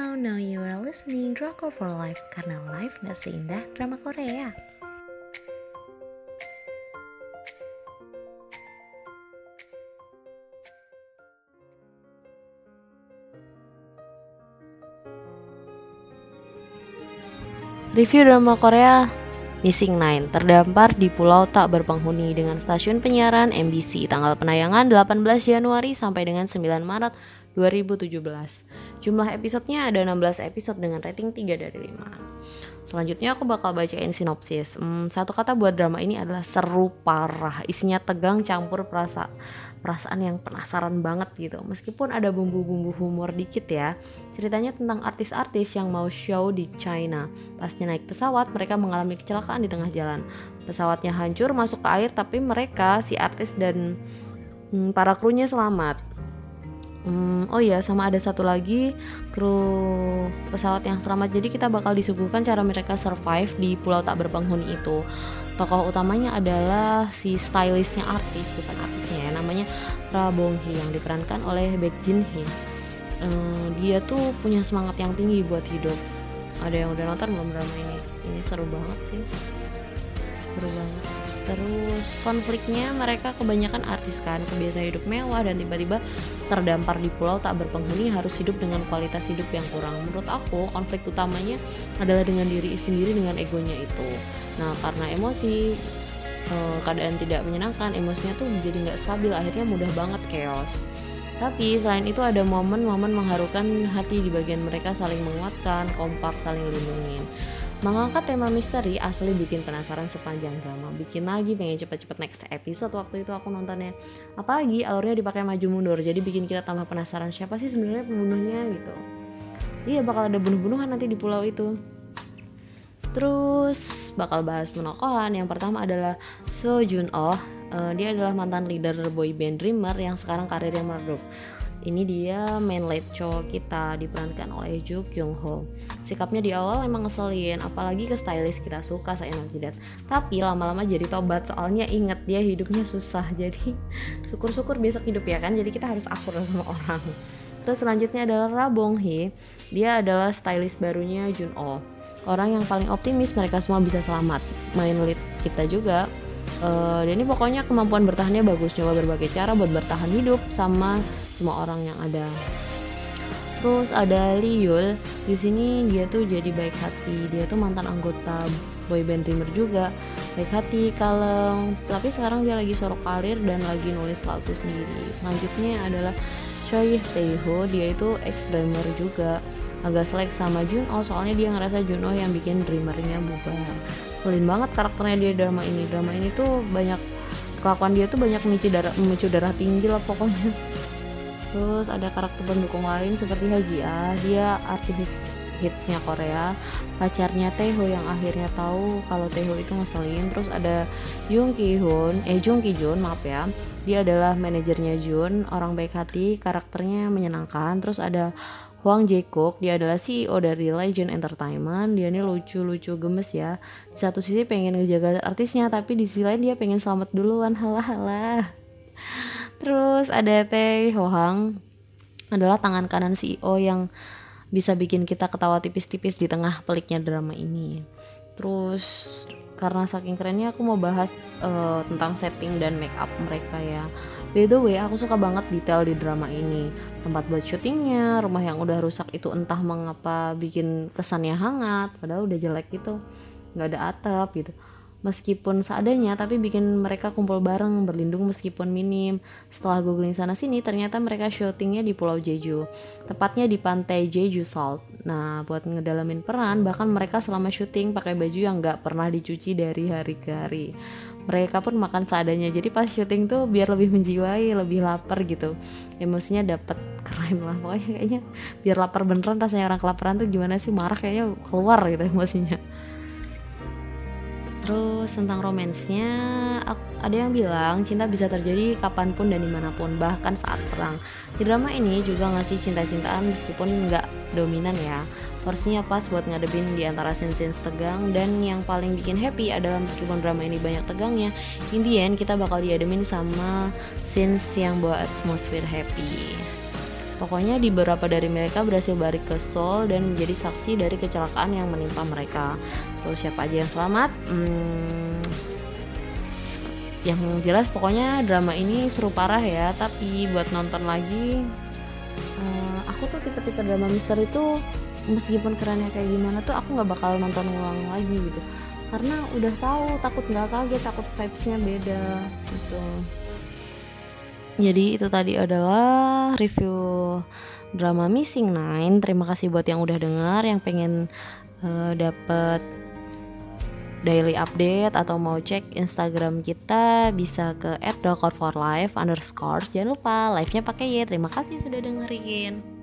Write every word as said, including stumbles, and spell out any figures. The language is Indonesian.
Now, now you are listening Drakor for Life karena life gak seindah drama Korea. Review drama Korea Missing Nine terdampar di pulau tak berpenghuni dengan stasiun penyiaran M B C. Tanggal penayangan delapan belas Januari sampai dengan sembilan Maret dua ribu tujuh belas. Jumlah episodenya ada enam belas episode dengan rating tiga dari lima. Selanjutnya aku bakal bacain sinopsis. hmm, Satu kata buat drama ini adalah seru parah. Isinya tegang campur perasa perasaan yang penasaran banget gitu. Meskipun ada bumbu-bumbu humor dikit ya. Ceritanya tentang artis-artis yang mau show di China. Pasnya naik pesawat, mereka mengalami kecelakaan di tengah jalan. Pesawatnya hancur masuk ke air, tapi mereka, si artis dan hmm, para krunya selamat. Hmm, oh iya, sama ada satu lagi kru pesawat yang selamat. Jadi kita bakal disuguhkan cara mereka survive di pulau tak berpenghuni itu. Tokoh utamanya adalah si stylistnya artis, bukan artisnya ya, namanya Ra Bong Hee yang diperankan oleh Baek Jin Hee. Hmm, dia tuh punya semangat yang tinggi buat hidup. Ada yang udah nonton belum drama ini? Ini seru banget sih, seru banget. Terus konfliknya, mereka kebanyakan artis kan, kebiasaan hidup mewah dan tiba-tiba terdampar di pulau tak berpenghuni, harus hidup dengan kualitas hidup yang kurang. Menurut aku konflik utamanya adalah dengan diri sendiri, dengan egonya itu. Nah karena emosi, eh, keadaan tidak menyenangkan, emosinya tuh jadi nggak stabil, akhirnya mudah banget chaos. Tapi selain itu ada momen-momen mengharukan hati di bagian mereka saling menguatkan, kompak, saling lindungin. Mengangkat tema misteri asli bikin penasaran sepanjang drama. Bikin lagi pengen cepet-cepet next episode waktu itu aku nontonnya. Apalagi alurnya dipakai maju mundur, jadi bikin kita tambah penasaran siapa sih sebenarnya pembunuhnya gitu. Iya, bakal ada bunuh-bunuhan nanti di pulau itu. Terus bakal bahas penokohan. Yang pertama adalah So Jun Oh. Uh, dia adalah mantan leader boy band Dreamer yang sekarang karirnya meredup. Ini dia main lead cowok kita, diperankan oleh Jo Kyung Ho. Sikapnya di awal emang ngeselin, apalagi ke stylist kita suka seenak jidat. Tapi lama-lama jadi tobat, soalnya inget dia hidupnya susah. Jadi syukur-syukur besok hidup ya kan, jadi kita harus akur sama orang. Terus selanjutnya adalah Ra Bong Hee. Dia adalah stylist barunya Jun Oh. Orang yang paling optimis mereka semua bisa selamat. Main lead kita juga. Uh, dan ini pokoknya kemampuan bertahannya bagus, coba berbagai cara buat bertahan hidup sama semua orang yang ada. Terus ada Lee Yul, di sini dia tuh jadi baik hati, dia tuh mantan anggota boyband Dreamer juga, baik hati, kalem, tapi sekarang dia lagi sorok karir dan lagi nulis lagu sendiri. Selanjutnya adalah Choi Tae-ho, dia itu ex Dreamer juga, agak selek sama Jun Oh soalnya dia ngerasa Jun Oh yang bikin Dreamernya bubar. Selin banget karakternya dia drama ini. Drama ini tuh banyak kelakuan dia tuh banyak memicu darah memicu darah tinggi lah pokoknya. Terus ada karakter pendukung lain seperti Haji Ah, dia artis hitsnya Korea, pacarnya Taeho yang akhirnya tahu kalau Taeho itu ngeselin. Terus ada Jung Ki Hoon, eh Jung Ki Jun, maaf ya. Dia adalah manajernya Jun, orang baik hati, karakternya menyenangkan. Terus ada Hwang Jae-kook, dia adalah C E O dari Legend Entertainment. Dia ini lucu-lucu gemes ya. Di satu sisi pengen ngejaga artisnya, tapi di sisi lain dia pengen selamat duluan, halah-halah. Terus ada Tae Ho Hang, adalah tangan kanan C E O yang bisa bikin kita ketawa tipis-tipis di tengah peliknya drama ini. Terus karena saking kerennya aku mau bahas uh, tentang setting dan make up mereka ya. By the way, aku suka banget detail di drama ini. Tempat buat syutingnya, rumah yang udah rusak itu entah mengapa bikin kesannya hangat, padahal udah jelek gitu, nggak ada atap gitu. Meskipun seadanya, tapi bikin mereka kumpul bareng, berlindung meskipun minim. Setelah googling sana sini, ternyata mereka syutingnya di Pulau Jeju, tepatnya di pantai Jeju Salt. Nah, buat ngedalamin peran, bahkan mereka selama syuting pakai baju yang nggak pernah dicuci dari hari ke hari. Mereka pun makan seadanya, jadi pas syuting tuh biar lebih menjiwai, lebih lapar gitu, emosinya dapet, keren lah pokoknya. Kayaknya biar lapar beneran, rasanya orang kelaparan tuh gimana sih, marah kayaknya keluar gitu emosinya. Terus tentang romansnya, ada yang bilang cinta bisa terjadi kapanpun dan dimanapun, bahkan saat perang. Di drama ini juga ngasih cinta-cintaan meskipun nggak dominan ya. Porsinya pas buat ngadepin di antara scene-scene tegang, dan yang paling bikin happy adalah meskipun drama ini banyak tegangnya, in the end kita bakal diademin sama scenes yang bawa atmosfer happy. Pokoknya di beberapa dari mereka berhasil balik ke Seoul dan menjadi saksi dari kecelakaan yang menimpa mereka. Terus siapa aja yang selamat? Hmm, yang jelas pokoknya drama ini seru parah ya. Tapi buat nonton lagi, uh, aku tuh tipe-tipe drama misteri itu meskipun kerennya kayak gimana tuh aku nggak bakal nonton ulang lagi gitu. Karena udah tahu, takut nggak kaget, takut vibes-nya beda gitu. Jadi itu tadi adalah review drama Missing Nine. Terima kasih buat yang udah dengar, yang pengen uh, dapet daily update atau mau cek Instagram kita bisa ke at drakor for life underscore. Jangan lupa live-nya pakai Y. Terima kasih sudah dengerin.